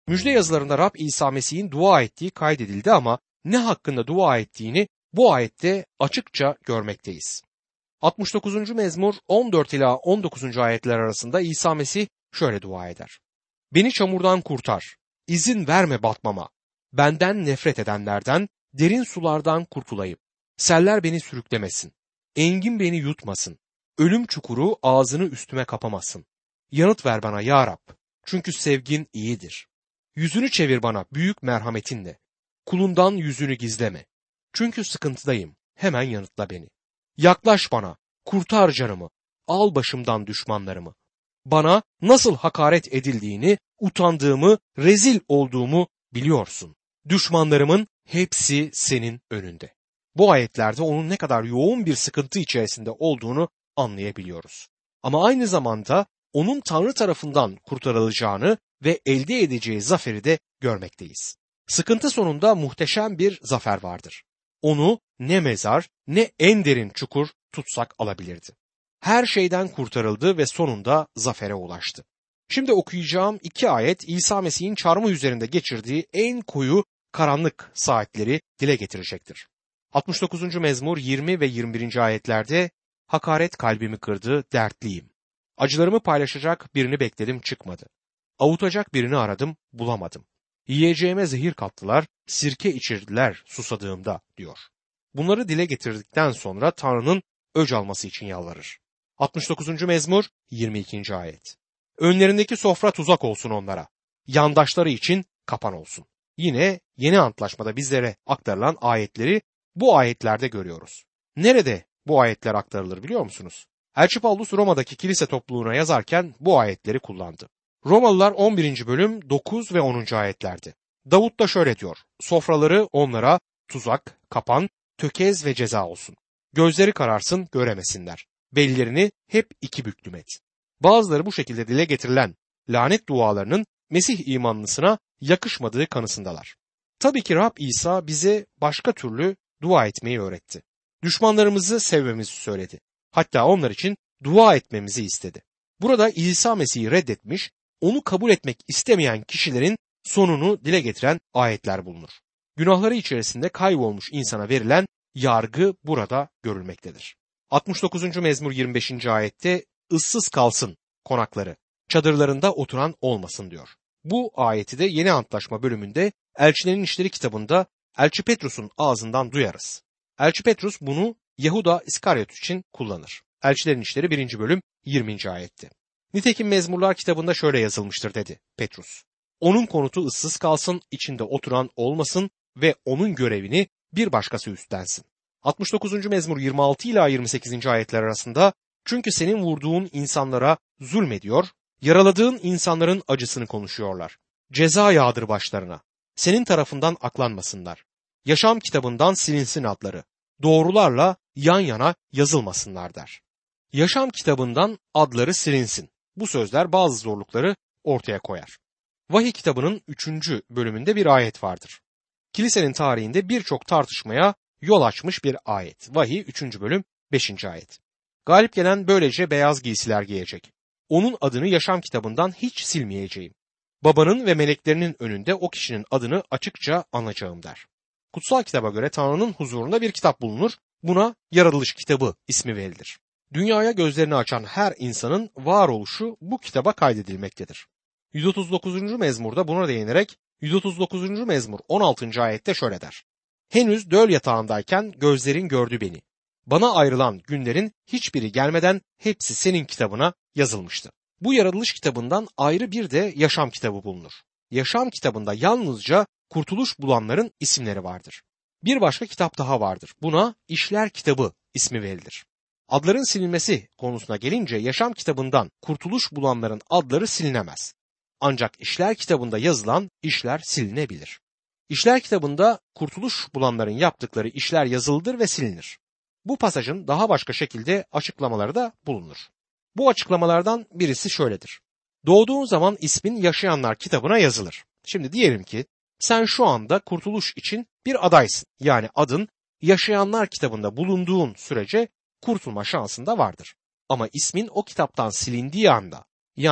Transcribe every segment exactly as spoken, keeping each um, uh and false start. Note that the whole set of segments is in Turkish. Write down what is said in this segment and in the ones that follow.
Müjde yazılarında Rab İsa Mesih'in dua ettiği kaydedildi ama ne hakkında dua ettiğini bu ayette açıkça görmekteyiz. altmış dokuzuncu mezmur on dört ila on dokuzuncu ayetler arasında İsa Mesih şöyle dua eder. Beni çamurdan kurtar, izin verme batmama, benden nefret edenlerden, derin sulardan kurtulayım. Seller beni sürüklemesin, engin beni yutmasın, ölüm çukuru ağzını üstüme kapamasın. Yanıt ver bana ya Rab, çünkü sevgin iyidir. Yüzünü çevir bana büyük merhametinle. Kulundan yüzünü gizleme. Çünkü sıkıntıdayım, hemen yanıtla beni. Yaklaş bana, kurtar canımı, al başımdan düşmanlarımı. Bana nasıl hakaret edildiğini, utandığımı, rezil olduğumu biliyorsun. Düşmanlarımın hepsi senin önünde. Bu ayetlerde onun ne kadar yoğun bir sıkıntı içerisinde olduğunu anlayabiliyoruz. Ama aynı zamanda onun Tanrı tarafından kurtarılacağını ve elde edeceği zaferi de görmekteyiz. Sıkıntı sonunda muhteşem bir zafer vardır. Onu ne mezar ne en derin çukur tutsak alabilirdi. Her şeyden kurtarıldı ve sonunda zafere ulaştı. Şimdi okuyacağım iki ayet İsa Mesih'in çarmıh üzerinde geçirdiği en koyu karanlık saatleri dile getirecektir. altmış dokuzuncu mezmur yirmi ve yirmi birinci ayetlerde hakaret kalbimi kırdı, dertliyim. Acılarımı paylaşacak birini bekledim, çıkmadı. Avutacak birini aradım, bulamadım. Yiyeceğime zehir kattılar, sirke içirdiler susadığımda diyor. Bunları dile getirdikten sonra Tanrı'nın öc alması için yalvarır. altmış dokuzuncu mezmur yirmi ikinci ayet. Önlerindeki sofra tuzak olsun onlara. Yandaşları için kapan olsun. Yine yeni antlaşmada bizlere aktarılan ayetleri bu ayetlerde görüyoruz. Nerede bu ayetler aktarılır biliyor musunuz? Elçi Pavlus Roma'daki kilise topluluğuna yazarken bu ayetleri kullandı. Romalılar on birinci bölüm dokuz ve onuncu ayetlerdi. Davut da şöyle diyor. Sofraları onlara tuzak, kapan, tökez ve ceza olsun. Gözleri kararsın, göremesinler. Bellerini hep iki büklüm et. Bazıları bu şekilde dile getirilen lanet dualarının Mesih imanlısına yakışmadığı kanısındalar. Tabii ki Rab İsa bize başka türlü dua etmeyi öğretti. Düşmanlarımızı sevmemizi söyledi. Hatta onlar için dua etmemizi istedi. Burada İsa Mesih'i reddetmiş, onu kabul etmek istemeyen kişilerin sonunu dile getiren ayetler bulunur. Günahları içerisinde kaybolmuş insana verilen yargı burada görülmektedir. altmış dokuzuncu mezmur yirmi beşinci ayette ıssız kalsın konakları, çadırlarında oturan olmasın diyor. Bu ayeti de Yeni Antlaşma bölümünde Elçilerin İşleri kitabında Elçi Petrus'un ağzından duyarız. Elçi Petrus bunu Yahuda İskaryot için kullanır. Elçilerin İşleri birinci bölüm yirminci ayette. Nitekim Mezmurlar kitabında şöyle yazılmıştır dedi Petrus. Onun konutu ıssız kalsın, içinde oturan olmasın ve onun görevini bir başkası üstlensin. altmış dokuzuncu mezmur yirmi altı ila yirmi sekizinci ayetler arasında çünkü senin vurduğun insanlara zulmediyor, yaraladığın insanların acısını konuşuyorlar. Ceza yağdır başlarına. Senin tarafından aklanmasınlar. Yaşam kitabından silinsin adları. Doğrularla yan yana yazılmasınlar der. Yaşam kitabından adları silinsin. Bu sözler bazı zorlukları ortaya koyar. Vahiy kitabının üçüncü bölümünde bir ayet vardır. Kilisenin tarihinde birçok tartışmaya yol açmış bir ayet. Vahiy üçüncü bölüm beşinci ayet. Galip gelen böylece beyaz giysiler giyecek. Onun adını yaşam kitabından hiç silmeyeceğim. Babanın ve meleklerinin önünde o kişinin adını açıkça anacağım der. Kutsal kitaba göre Tanrı'nın huzurunda bir kitap bulunur. Buna yaratılış kitabı ismi verilir. Dünyaya gözlerini açan her insanın varoluşu bu kitaba kaydedilmektedir. yüz otuz dokuzuncu mezmurda buna değinerek yüz otuz dokuzuncu mezmur on altıncı ayette şöyle der. Henüz döl yatağındayken gözlerin gördü beni. Bana ayrılan günlerin hiçbiri gelmeden hepsi senin kitabına yazılmıştı. Bu yaratılış kitabından ayrı bir de yaşam kitabı bulunur. Yaşam kitabında yalnızca kurtuluş bulanların isimleri vardır. Bir başka kitap daha vardır. Buna İşler kitabı ismi verilir. Adların silinmesi konusuna gelince yaşam kitabından kurtuluş bulanların adları silinemez. Ancak İşler kitabında yazılan işler silinebilir. İşler kitabında kurtuluş bulanların yaptıkları işler yazılıdır ve silinir. Bu pasajın daha başka şekilde açıklamaları da bulunur. Bu açıklamalardan birisi şöyledir. Doğduğun zaman ismin yaşayanlar kitabına yazılır. Şimdi diyelim ki sen şu anda kurtuluş için bir adaysın. Yani adın yaşayanlar kitabında bulunduğun sürece kurtulma şansın da vardır. Ama ismin o kitaptan silindiği anda, yani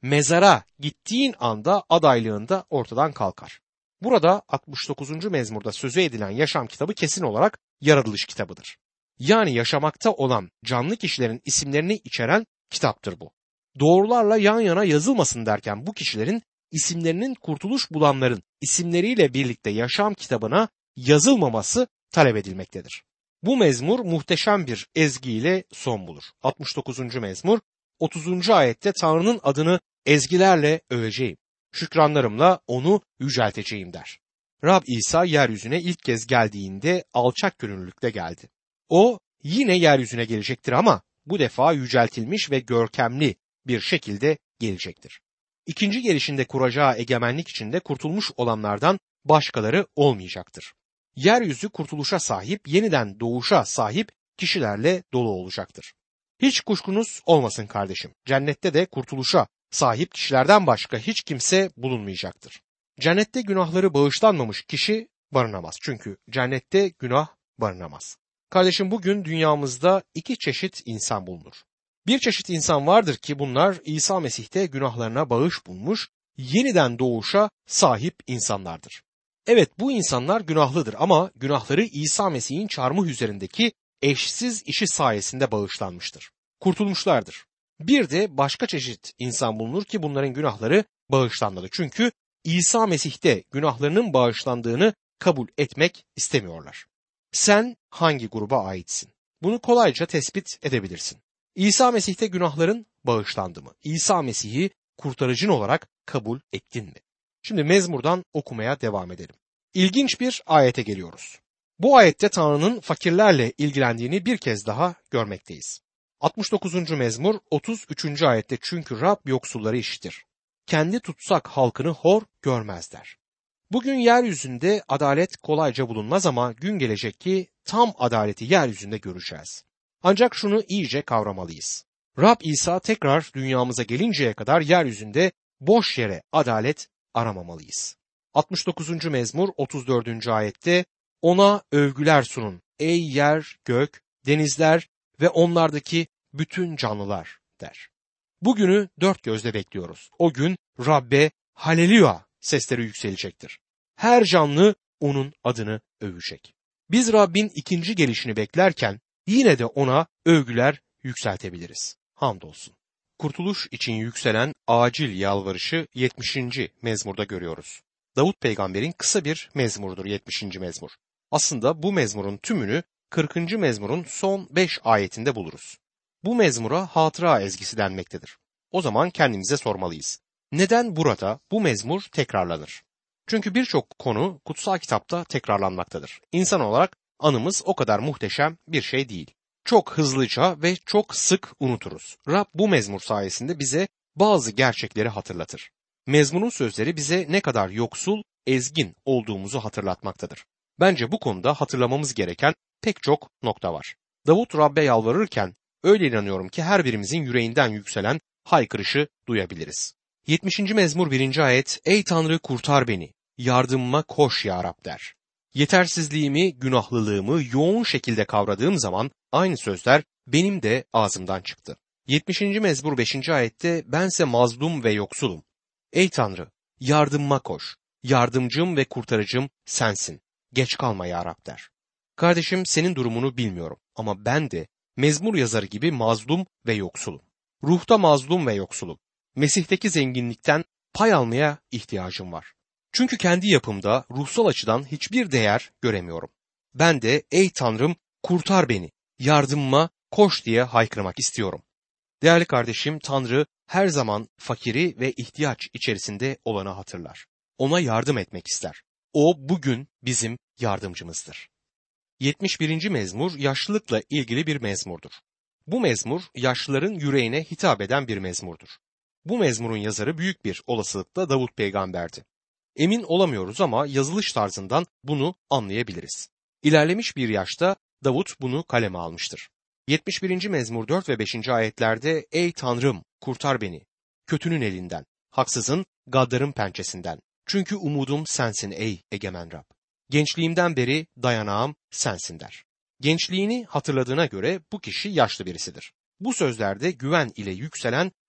mezara gittiğin anda adaylığın da ortadan kalkar. Burada altmış dokuzuncu mezmurda sözü edilen yaşam kitabı kesin olarak yaratılış kitabıdır. Yani yaşamakta olan canlı kişilerin isimlerini içeren kitaptır bu. Doğrularla yan yana yazılmasın derken bu kişilerin isimlerinin kurtuluş bulanların isimleriyle birlikte yaşam kitabına yazılmaması talep edilmektedir. Bu mezmur muhteşem bir ezgiyle son bulur. altmış dokuzuncu mezmur otuzuncu ayette Tanrı'nın adını ezgilerle öveceğim. Şükranlarımla onu yücelteceğim der. Rab İsa yeryüzüne ilk kez geldiğinde alçak gönüllülükte geldi. O yine yeryüzüne gelecektir ama bu defa yüceltilmiş ve görkemli bir şekilde gelecektir. İkinci gelişinde kuracağı egemenlik içinde kurtulmuş olanlardan başkaları olmayacaktır. Yeryüzü kurtuluşa sahip, yeniden doğuşa sahip kişilerle dolu olacaktır. Hiç kuşkunuz olmasın kardeşim. Cennette de kurtuluşa sahip kişilerden başka hiç kimse bulunmayacaktır. Cennette günahları bağışlanmamış kişi barınamaz. Çünkü cennette günah barınamaz. Kardeşim, bugün dünyamızda iki çeşit insan bulunur. Bir çeşit insan vardır ki bunlar İsa Mesih'te günahlarına bağış bulmuş, yeniden doğuşa sahip insanlardır. Evet, bu insanlar günahlıdır ama günahları İsa Mesih'in çarmıh üzerindeki eşsiz işi sayesinde bağışlanmıştır. Kurtulmuşlardır. Bir de başka çeşit insan bulunur ki bunların günahları bağışlanmadı. Çünkü İsa Mesih'te günahlarının bağışlandığını kabul etmek istemiyorlar. Sen hangi gruba aitsin? Bunu kolayca tespit edebilirsin. İsa Mesih'te günahların bağışlandı mı? İsa Mesih'i kurtarıcın olarak kabul ettin mi? Şimdi mezmurdan okumaya devam edelim. İlginç bir ayete geliyoruz. Bu ayette Tanrı'nın fakirlerle ilgilendiğini bir kez daha görmekteyiz. altmış dokuzuncu mezmur otuz üçüncü ayette çünkü Rab yoksulları işitir. Kendi tutsak halkını hor görmez der. Bugün yeryüzünde adalet kolayca bulunmaz ama gün gelecek ki tam adaleti yeryüzünde göreceğiz. Ancak şunu iyice kavramalıyız. Rab İsa tekrar dünyamıza gelinceye kadar yeryüzünde boş yere adalet aramamalıyız. altmış dokuzuncu mezmur otuz dördüncü ayette ona övgüler sunun ey yer, gök, denizler ve onlardaki bütün canlılar der. Bugünü dört gözle bekliyoruz. O gün Rabbe Haleluya sesleri yükselecektir. Her canlı onun adını övecek. Biz Rabbin ikinci gelişini beklerken yine de ona övgüler yükseltebiliriz. Hamdolsun. Kurtuluş için yükselen acil yalvarışı yetmişinci mezmurda görüyoruz. Davut peygamberin kısa bir mezmurudur yetmişinci mezmur. Aslında bu mezmurun tümünü kırkıncı mezmurun son beş ayetinde buluruz. Bu mezmura hatıra ezgisi denmektedir. O zaman kendimize sormalıyız. Neden burada bu mezmur tekrarlanır? Çünkü birçok konu kutsal kitapta tekrarlanmaktadır. İnsan olarak anımız o kadar muhteşem bir şey değil. Çok hızlıca ve çok sık unuturuz. Rab bu mezmur sayesinde bize bazı gerçekleri hatırlatır. Mezmurun sözleri bize ne kadar yoksul, ezgin olduğumuzu hatırlatmaktadır. Bence bu konuda hatırlamamız gereken pek çok nokta var. Davut Rab'be yalvarırken öyle inanıyorum ki her birimizin yüreğinden yükselen haykırışı duyabiliriz. yetmişinci mezmur birinci ayet ey Tanrı kurtar beni, yardımıma koş ya Rab der. Yetersizliğimi, günahlılığımı yoğun şekilde kavradığım zaman aynı sözler benim de ağzımdan çıktı. yetmişinci mezmur beşinci ayette bense mazlum ve yoksulum. Ey Tanrı yardımıma koş, yardımcım ve kurtarıcım sensin. Geç kalma ya Rab der. Kardeşim senin durumunu bilmiyorum ama ben de mezmur yazarı gibi mazlum ve yoksulum. Ruhta mazlum ve yoksulum. Mesih'teki zenginlikten pay almaya ihtiyacım var. Çünkü kendi yapımda ruhsal açıdan hiçbir değer göremiyorum. Ben de ey Tanrım kurtar beni, yardımıma koş diye haykırmak istiyorum. Değerli kardeşim, Tanrı her zaman fakiri ve ihtiyaç içerisinde olanı hatırlar. Ona yardım etmek ister. O bugün bizim yardımcımızdır. yetmiş birinci mezmur yaşlılıkla ilgili bir mezmurdur. Bu mezmur yaşlıların yüreğine hitap eden bir mezmurdur. Bu mezmurun yazarı büyük bir olasılıkla Davut peygamberdi. Emin olamıyoruz ama yazılış tarzından bunu anlayabiliriz. İlerlemiş bir yaşta Davut bunu kaleme almıştır. yetmiş birinci mezmur dört ve beşinci ayetlerde ey Tanrım kurtar beni, kötünün elinden, haksızın, gaddarın pençesinden. Çünkü umudum sensin ey egemen Rab. Gençliğimden beri dayanağım sensin der. Gençliğini hatırladığına göre bu kişi yaşlı birisidir. Bu sözlerde güven ile yükselen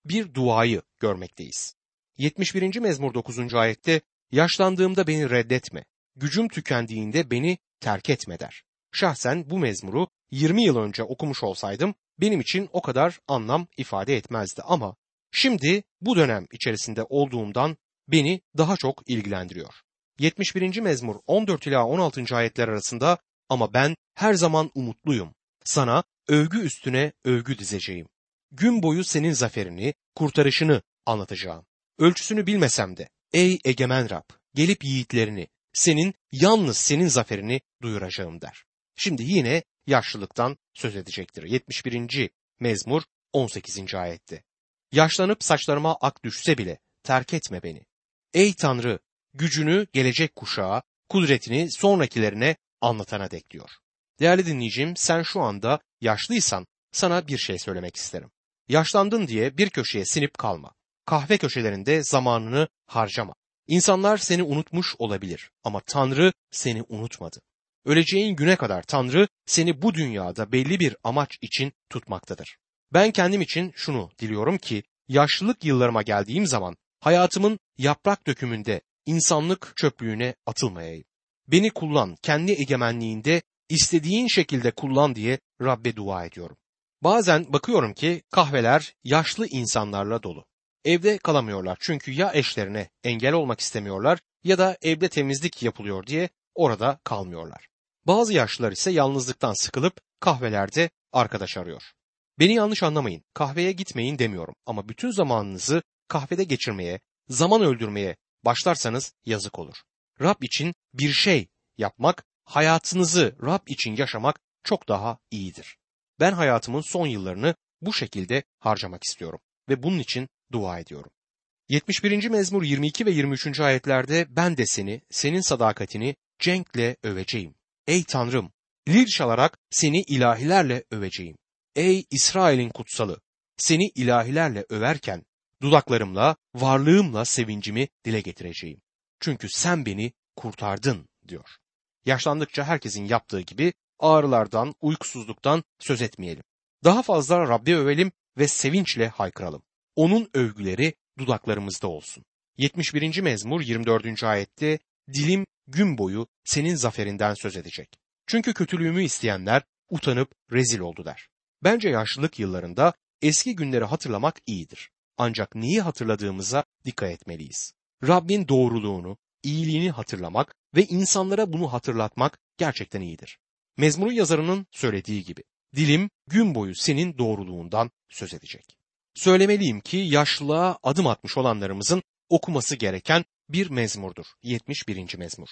bir duayı görmekteyiz. yetmiş birinci mezmur dokuzuncu ayette yaşlandığımda beni reddetme, gücüm tükendiğinde beni terk etme der. Şahsen bu mezmuru yirmi yıl önce okumuş olsaydım benim için o kadar anlam ifade etmezdi ama şimdi bu dönem içerisinde olduğumdan beni daha çok ilgilendiriyor. yetmiş birinci mezmur on dört ila on altıncı ayetler arasında ama ben her zaman umutluyum. Sana övgü üstüne övgü dizeceğim. Gün boyu senin zaferini, kurtarışını anlatacağım. Ölçüsünü bilmesem de ey egemen Rab, gelip yiğitlerini, senin yalnız senin zaferini duyuracağım der. Şimdi yine yaşlılıktan söz edecektir. yetmiş birinci mezmur on sekizinci ayette. Yaşlanıp saçlarıma ak düşse bile terk etme beni. Ey Tanrı, gücünü gelecek kuşağa, kudretini sonrakilerine anlatana dek diyor. Değerli dinleyicim, sen şu anda yaşlıysan sana bir şey söylemek isterim. Yaşlandın diye bir köşeye sinip kalma. Kahve köşelerinde zamanını harcama. İnsanlar seni unutmuş olabilir ama Tanrı seni unutmadı. Öleceğin güne kadar Tanrı seni bu dünyada belli bir amaç için tutmaktadır. Ben kendim için şunu diliyorum ki yaşlılık yıllarıma geldiğim zaman hayatımın yaprak dökümünde insanlık çöplüğüne atılmayayım. Beni kullan, kendi egemenliğinde istediğin şekilde kullan diye Rabbe dua ediyorum. Bazen bakıyorum ki kahveler yaşlı insanlarla dolu. Evde kalamıyorlar çünkü ya eşlerine engel olmak istemiyorlar ya da evde temizlik yapılıyor diye orada kalmıyorlar. Bazı yaşlılar ise yalnızlıktan sıkılıp kahvelerde arkadaş arıyor. Beni yanlış anlamayın, kahveye gitmeyin demiyorum ama bütün zamanınızı kahvede geçirmeye, zaman öldürmeye başlarsanız yazık olur. Rab için bir şey yapmak, hayatınızı Rab için yaşamak çok daha iyidir. Ben hayatımın son yıllarını bu şekilde harcamak istiyorum ve bunun için dua ediyorum. yetmiş birinci mezmur yirmi iki ve yirmi üçüncü ayetlerde ben de seni, senin sadakatini cenkle öveceğim. Ey Tanrım, lir çalarak seni ilahilerle öveceğim. Ey İsrail'in kutsalı, seni ilahilerle överken dudaklarımla, varlığımla sevincimi dile getireceğim. Çünkü sen beni kurtardın diyor. Yaşlandıkça herkesin yaptığı gibi ağrılardan, uykusuzluktan söz etmeyelim. Daha fazla Rabbi övelim ve sevinçle haykıralım. Onun övgüleri dudaklarımızda olsun. yetmiş birinci mezmur yirmi dördüncü ayette dilim gün boyu senin zaferinden söz edecek. Çünkü kötülüğümü isteyenler utanıp rezil oldu der. Bence yaşlılık yıllarında eski günleri hatırlamak iyidir. Ancak neyi hatırladığımıza dikkat etmeliyiz. Rabbin doğruluğunu, iyiliğini hatırlamak ve insanlara bunu hatırlatmak gerçekten iyidir. Mezmurun yazarının söylediği gibi, dilim gün boyu senin doğruluğundan söz edecek. Söylemeliyim ki yaşlılığa adım atmış olanlarımızın okuması gereken bir mezmurdur. yetmiş birinci mezmur.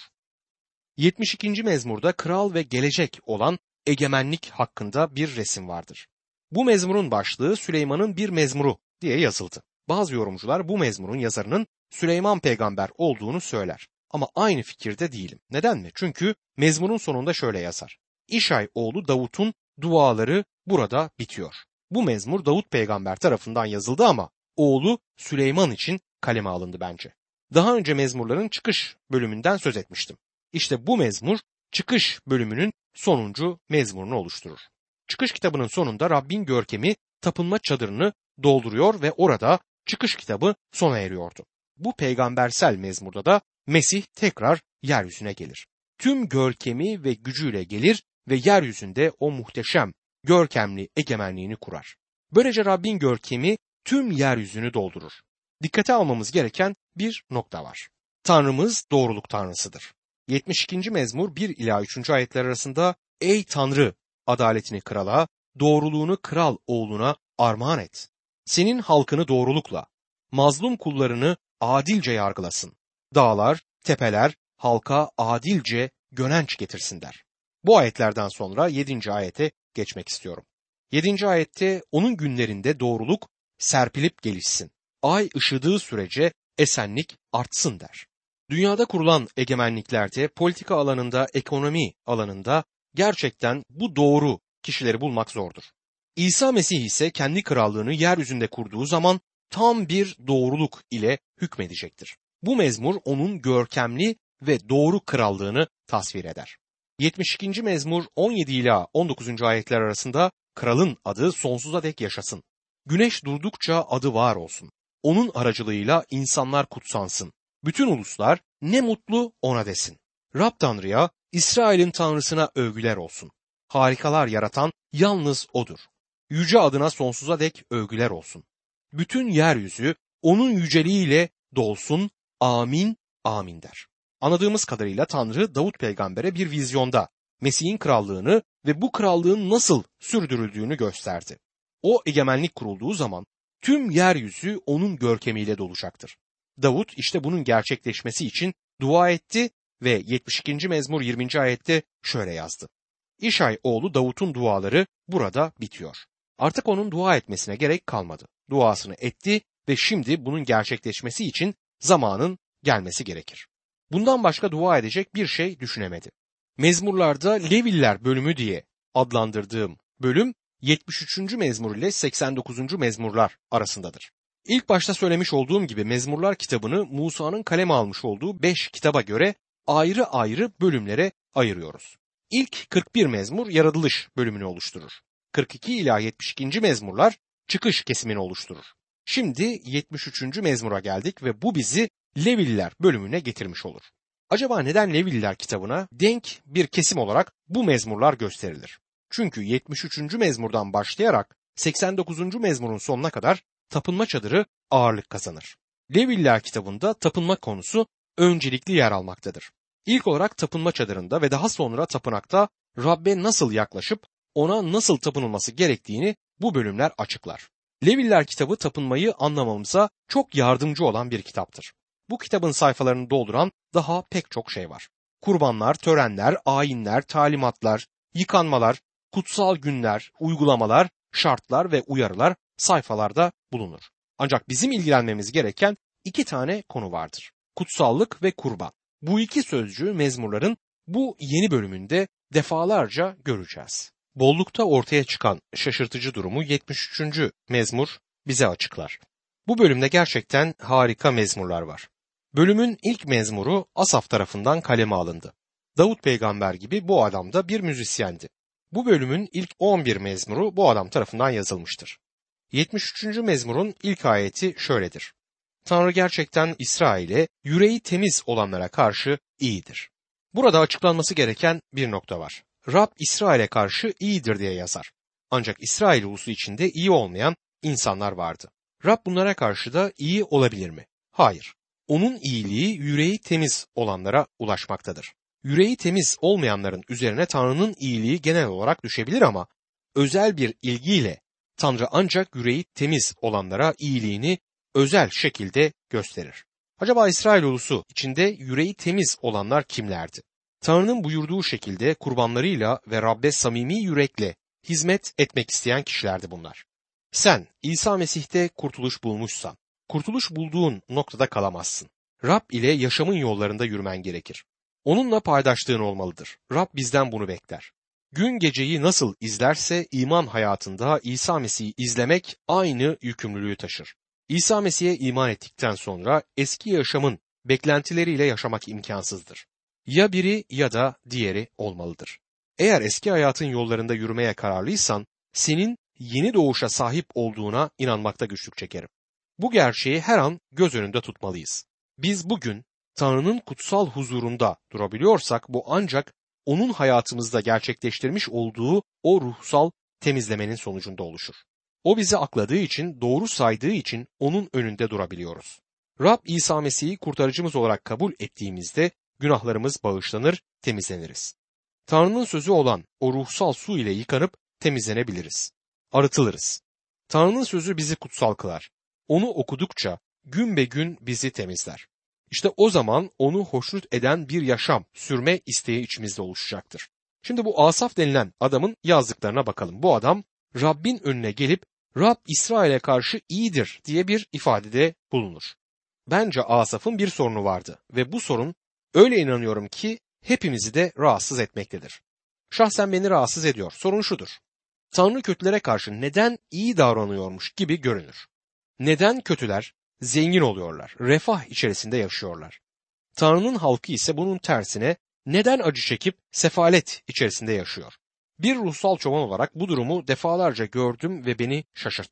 yetmiş ikinci mezmurda kral ve gelecek olan egemenlik hakkında bir resim vardır. Bu mezmurun başlığı Süleyman'ın bir mezmuru diye yazıldı. Bazı yorumcular bu mezmurun yazarının Süleyman peygamber olduğunu söyler. Ama aynı fikirde değilim. Neden mi? Çünkü mezmurun sonunda şöyle yazar. İşay oğlu Davut'un duaları burada bitiyor. Bu mezmur Davut peygamber tarafından yazıldı ama oğlu Süleyman için kaleme alındı bence. Daha önce mezmurların çıkış bölümünden söz etmiştim. İşte bu mezmur çıkış bölümünün sonuncu mezmurunu oluşturur. Çıkış kitabının sonunda Rabbin görkemi tapınma çadırını dolduruyor ve orada çıkış kitabı sona eriyordu. Bu peygambersel mezmurda da Mesih tekrar yeryüzüne gelir. Tüm görkemi ve gücüyle gelir ve yeryüzünde o muhteşem, görkemli egemenliğini kurar. Böylece Rabbin görkemi tüm yeryüzünü doldurur. Dikkate almamız gereken bir nokta var. Tanrımız doğruluk tanrısıdır. yetmiş ikinci mezmur bir ila üçüncü ayetler arasında ey Tanrı adaletini krala, doğruluğunu kral oğluna armağan et. Senin halkını doğrulukla, mazlum kullarını adilce yargılasın. Dağlar, tepeler halka adilce gönenç getirsin der. Bu ayetlerden sonra yedinci ayete geçmek istiyorum. yedinci ayette onun günlerinde doğruluk serpilip gelişsin. Ay ışıdığı sürece esenlik artsın der. Dünyada kurulan egemenliklerde, politika alanında, ekonomi alanında gerçekten bu doğru kişileri bulmak zordur. İsa Mesih ise kendi krallığını yeryüzünde kurduğu zaman tam bir doğruluk ile hükmedecektir. Bu mezmur onun görkemli ve doğru krallığını tasvir eder. yetmiş ikinci mezmur on yedi ila on dokuzuncu ayetler arasında kralın adı sonsuza dek yaşasın. Güneş durdukça adı var olsun. Onun aracılığıyla insanlar kutsansın. Bütün uluslar ne mutlu ona desin. Rab Tanrı'ya, İsrail'in Tanrısına övgüler olsun. Harikalar yaratan yalnız O'dur. Yüce adına sonsuza dek övgüler olsun. Bütün yeryüzü onun yüceliğiyle dolsun. Amin, amin der. Anladığımız kadarıyla Tanrı Davut peygambere bir vizyonda Mesih'in krallığını ve bu krallığın nasıl sürdürüldüğünü gösterdi. O egemenlik kurulduğu zaman tüm yeryüzü onun görkemiyle dolacaktır. Davut işte bunun gerçekleşmesi için dua etti ve yetmiş ikinci mezmur yirminci ayette şöyle yazdı. İşay oğlu Davut'un duaları burada bitiyor. Artık onun dua etmesine gerek kalmadı. Duasını etti ve şimdi bunun gerçekleşmesi için zamanın gelmesi gerekir. Bundan başka dua edecek bir şey düşünemedi. Mezmurlarda Leviller bölümü diye adlandırdığım bölüm yetmiş üçüncü mezmur ile seksen dokuzuncu mezmurlar arasındadır. İlk başta söylemiş olduğum gibi Mezmurlar kitabını Musa'nın kaleme almış olduğu beş kitaba göre ayrı ayrı bölümlere ayırıyoruz. İlk kırk bir mezmur yaratılış bölümünü oluşturur. kırk iki ila yetmiş ikinci mezmurlar çıkış kesimini oluşturur. Şimdi yetmiş üçüncü mezmura geldik ve bu bizi Leviller bölümüne getirmiş olur. Acaba neden Leviller kitabına denk bir kesim olarak bu mezmurlar gösterilir? Çünkü yetmiş üçüncü mezmurdan başlayarak seksen dokuzuncu mezmurun sonuna kadar tapınma çadırı ağırlık kazanır. Leviller kitabında tapınma konusu öncelikli yer almaktadır. İlk olarak tapınma çadırında ve daha sonra tapınakta Rabbe nasıl yaklaşıp ona nasıl tapınılması gerektiğini bu bölümler açıklar. Leviller kitabı tapınmayı anlamamıza çok yardımcı olan bir kitaptır. Bu kitabın sayfalarını dolduran daha pek çok şey var. Kurbanlar, törenler, ayinler, talimatlar, yıkanmalar, kutsal günler, uygulamalar, şartlar ve uyarılar sayfalarda bulunur. Ancak bizim ilgilenmemiz gereken iki tane konu vardır. Kutsallık ve kurban. Bu iki sözcüğü mezmurların bu yeni bölümünde defalarca göreceğiz. Bollukta ortaya çıkan şaşırtıcı durumu yetmiş üçüncü mezmur bize açıklar. Bu bölümde gerçekten harika mezmurlar var. Bölümün ilk mezmuru Asaf tarafından kaleme alındı. Davut peygamber gibi bu adam da bir müzisyendi. Bu bölümün ilk on bir mezmuru bu adam tarafından yazılmıştır. yetmiş üçüncü mezmurun ilk ayeti şöyledir. Tanrı gerçekten İsrail'e yüreği temiz olanlara karşı iyidir. Burada açıklanması gereken bir nokta var. Rab İsrail'e karşı iyidir diye yazar. Ancak İsrail ulusu içinde iyi olmayan insanlar vardı. Rab bunlara karşı da iyi olabilir mi? Hayır. Onun iyiliği yüreği temiz olanlara ulaşmaktadır. Yüreği temiz olmayanların üzerine Tanrı'nın iyiliği genel olarak düşebilir ama özel bir ilgiyle Tanrı ancak yüreği temiz olanlara iyiliğini özel şekilde gösterir. Acaba İsrail ulusu içinde yüreği temiz olanlar kimlerdi? Tanrı'nın buyurduğu şekilde kurbanlarıyla ve Rabbe samimi yürekle hizmet etmek isteyen kişilerdi bunlar. Sen İsa Mesih'te kurtuluş bulmuşsan, kurtuluş bulduğun noktada kalamazsın. Rab ile yaşamın yollarında yürümen gerekir. Onunla paydaşlığın olmalıdır. Rab bizden bunu bekler. Gün geceyi nasıl izlerse iman hayatında İsa Mesih'i izlemek aynı yükümlülüğü taşır. İsa Mesih'e iman ettikten sonra eski yaşamın beklentileriyle yaşamak imkansızdır. Ya biri ya da diğeri olmalıdır. Eğer eski hayatın yollarında yürümeye kararlıysan, senin yeni doğuşa sahip olduğuna inanmakta güçlük çekerim. Bu gerçeği her an göz önünde tutmalıyız. Biz bugün Tanrı'nın kutsal huzurunda durabiliyorsak bu ancak onun hayatımızda gerçekleştirmiş olduğu o ruhsal temizlemenin sonucunda oluşur. O bizi akladığı için, doğru saydığı için onun önünde durabiliyoruz. Rab İsa Mesih'i kurtarıcımız olarak kabul ettiğimizde günahlarımız bağışlanır, temizleniriz. Tanrı'nın sözü olan o ruhsal su ile yıkanıp temizlenebiliriz. Arıtılırız. Tanrı'nın sözü bizi kutsal kılar. Onu okudukça gün be gün bizi temizler. İşte o zaman onu hoşnut eden bir yaşam sürme isteği içimizde oluşacaktır. Şimdi bu Asaf denilen adamın yazdıklarına bakalım. Bu adam Rabbin önüne gelip Rab İsrail'e karşı iyidir diye bir ifadede bulunur. Bence Asaf'ın bir sorunu vardı ve bu sorun öyle inanıyorum ki hepimizi de rahatsız etmektedir. Şahsen beni rahatsız ediyor. Sorun şudur. Tanrı kötülere karşı neden iyi davranıyormuş gibi görünür? Neden kötüler zengin oluyorlar, refah içerisinde yaşıyorlar? Tanrı'nın halkı ise bunun tersine neden acı çekip sefalet içerisinde yaşıyor? Bir ruhsal çoban olarak bu durumu defalarca gördüm ve beni şaşırttı.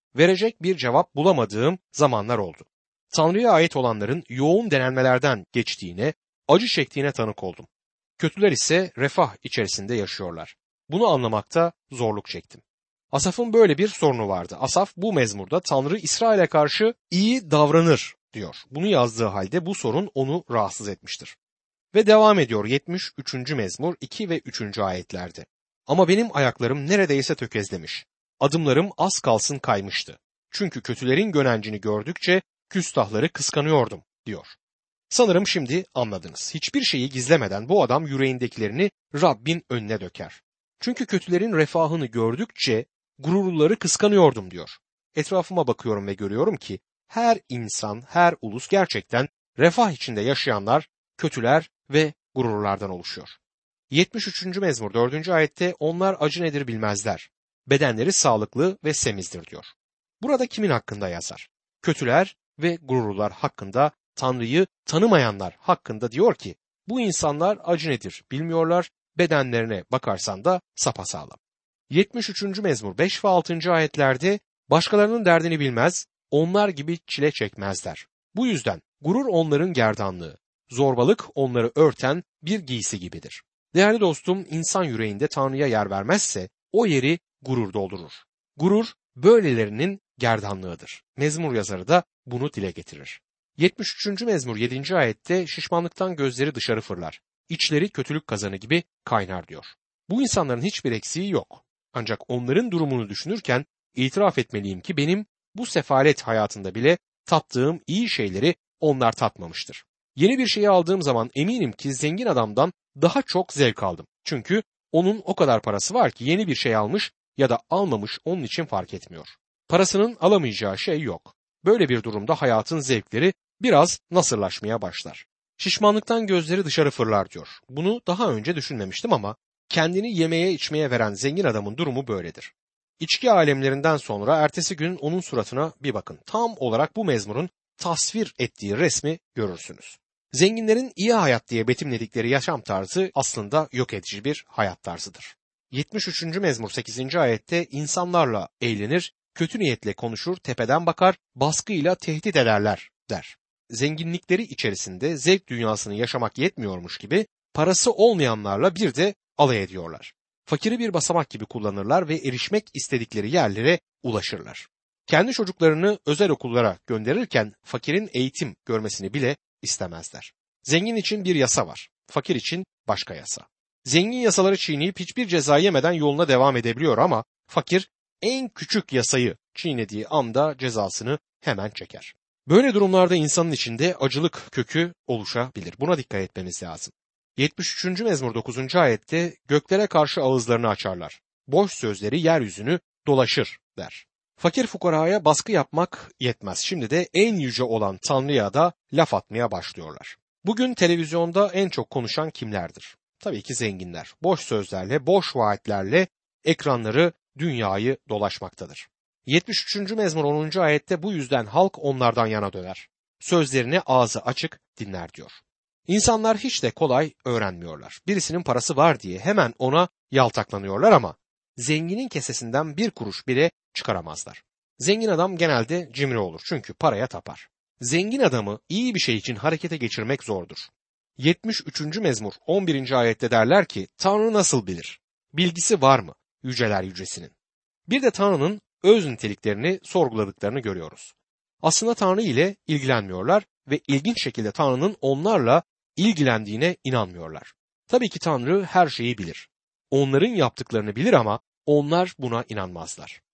verecek bir cevap bulamadığım zamanlar oldu. Tanrı'ya ait olanların yoğun denenmelerden geçtiğine, acı çektiğine tanık oldum. Kötüler ise refah içerisinde yaşıyorlar. Bunu anlamakta zorluk çektim. Asaf'ın böyle bir sorunu vardı. Asaf bu mezmurda Tanrı İsrail'e karşı iyi davranır diyor. Bunu yazdığı halde bu sorun onu rahatsız etmiştir. Ve devam ediyor yetmiş üçüncü mezmur iki ve üçüncü ayetlerde. Ama benim ayaklarım neredeyse tökezlemiş. Adımlarım az kalsın kaymıştı. Çünkü kötülerin gönencini gördükçe küstahları kıskanıyordum diyor. Sanırım şimdi anladınız. Hiçbir şeyi gizlemeden bu adam yüreğindekilerini Rabbin önüne döker. Çünkü kötülerin refahını gördükçe gururluları kıskanıyordum diyor. Etrafıma bakıyorum ve görüyorum ki her insan, her ulus gerçekten refah içinde yaşayanlar, kötüler ve gururlardan oluşuyor. yetmiş üçüncü mezmur dördüncü ayette onlar acı nedir bilmezler. Bedenleri sağlıklı ve semizdir diyor. Burada kimin hakkında yazar? Kötüler ve gururlular hakkında, Tanrı'yı tanımayanlar hakkında diyor ki bu insanlar acı nedir bilmiyorlar, bedenlerine bakarsan da sapasağlam. yetmiş üçüncü mezmur beş ve altıncı ayetlerde başkalarının derdini bilmez, onlar gibi çile çekmezler. Bu yüzden gurur onların gerdanlığı, zorbalık onları örten bir giysi gibidir. Değerli dostum, insan yüreğinde Tanrı'ya yer vermezse o yeri gurur doldurur. Gurur böylelerinin gerdanlığıdır. Mezmur yazarı da bunu dile getirir. yetmiş üçüncü mezmur yedinci ayette şişmanlıktan gözleri dışarı fırlar. İçleri kötülük kazanı gibi kaynar diyor. Bu insanların hiçbir eksiği yok. Ancak onların durumunu düşünürken itiraf etmeliyim ki benim bu sefalet hayatında bile tattığım iyi şeyleri onlar tatmamıştır. Yeni bir şeyi aldığım zaman eminim ki zengin adamdan daha çok zevk aldım. Çünkü onun o kadar parası var ki yeni bir şey almış ya da almamış onun için fark etmiyor. Parasının alamayacağı şey yok. Böyle bir durumda hayatın zevkleri biraz nasırlaşmaya başlar. Şişmanlıktan gözleri dışarı fırlar diyor. Bunu daha önce düşünmemiştim ama kendini yemeye içmeye veren zengin adamın durumu böyledir. İçki alemlerinden sonra ertesi gün onun suratına bir bakın. Tam olarak bu mezmurun tasvir ettiği resmi görürsünüz. Zenginlerin iyi hayat diye betimledikleri yaşam tarzı aslında yok edici bir hayat tarzıdır. yetmiş üçüncü mezmur sekizinci ayette insanlarla eğlenir, kötü niyetle konuşur, tepeden bakar, baskıyla tehdit ederler der. Zenginlikleri içerisinde zevk dünyasını yaşamak yetmiyormuş gibi parası olmayanlarla bir de alay ediyorlar. Fakiri bir basamak gibi kullanırlar ve erişmek istedikleri yerlere ulaşırlar. Kendi çocuklarını özel okullara gönderirken fakirin eğitim görmesini bile istemezler. Zengin için bir yasa var, fakir için başka yasa. Zengin yasaları çiğneyip hiçbir ceza yemeden yoluna devam edebiliyor ama fakir en küçük yasayı çiğnediği anda cezasını hemen çeker. Böyle durumlarda insanın içinde acılık kökü oluşabilir. Buna dikkat etmemiz lazım. yetmiş üçüncü mezmur dokuzuncu ayette göklere karşı ağızlarını açarlar. Boş sözleri yeryüzünü dolaşır der. Fakir fukaraya baskı yapmak yetmez. Şimdi de en yüce olan Tanrı'ya da laf atmaya başlıyorlar. Bugün televizyonda en çok konuşan kimlerdir? Tabii ki zenginler. Boş sözlerle, boş vaatlerle ekranları, dünyayı dolaşmaktadır. yetmiş üçüncü mezmur onuncu ayette bu yüzden halk onlardan yana döner. Sözlerini ağzı açık dinler diyor. İnsanlar hiç de kolay öğrenmiyorlar. Birisinin parası var diye hemen ona yaltaklanıyorlar ama zenginin kesesinden bir kuruş bile çıkaramazlar. Zengin adam genelde cimri olur çünkü paraya tapar. Zengin adamı iyi bir şey için harekete geçirmek zordur. yetmiş üçüncü mezmur on birinci ayette derler ki Tanrı nasıl bilir? Bilgisi var mı yüceler yücesinin? Bir de Tanrı'nın öz niteliklerini sorguladıklarını görüyoruz. Aslında Tanrı ile ilgilenmiyorlar ve ilginç şekilde Tanrı'nın onlarla ilgilendiğine inanmıyorlar. Tabii ki Tanrı her şeyi bilir. Onların yaptıklarını bilir ama onlar buna inanmazlar.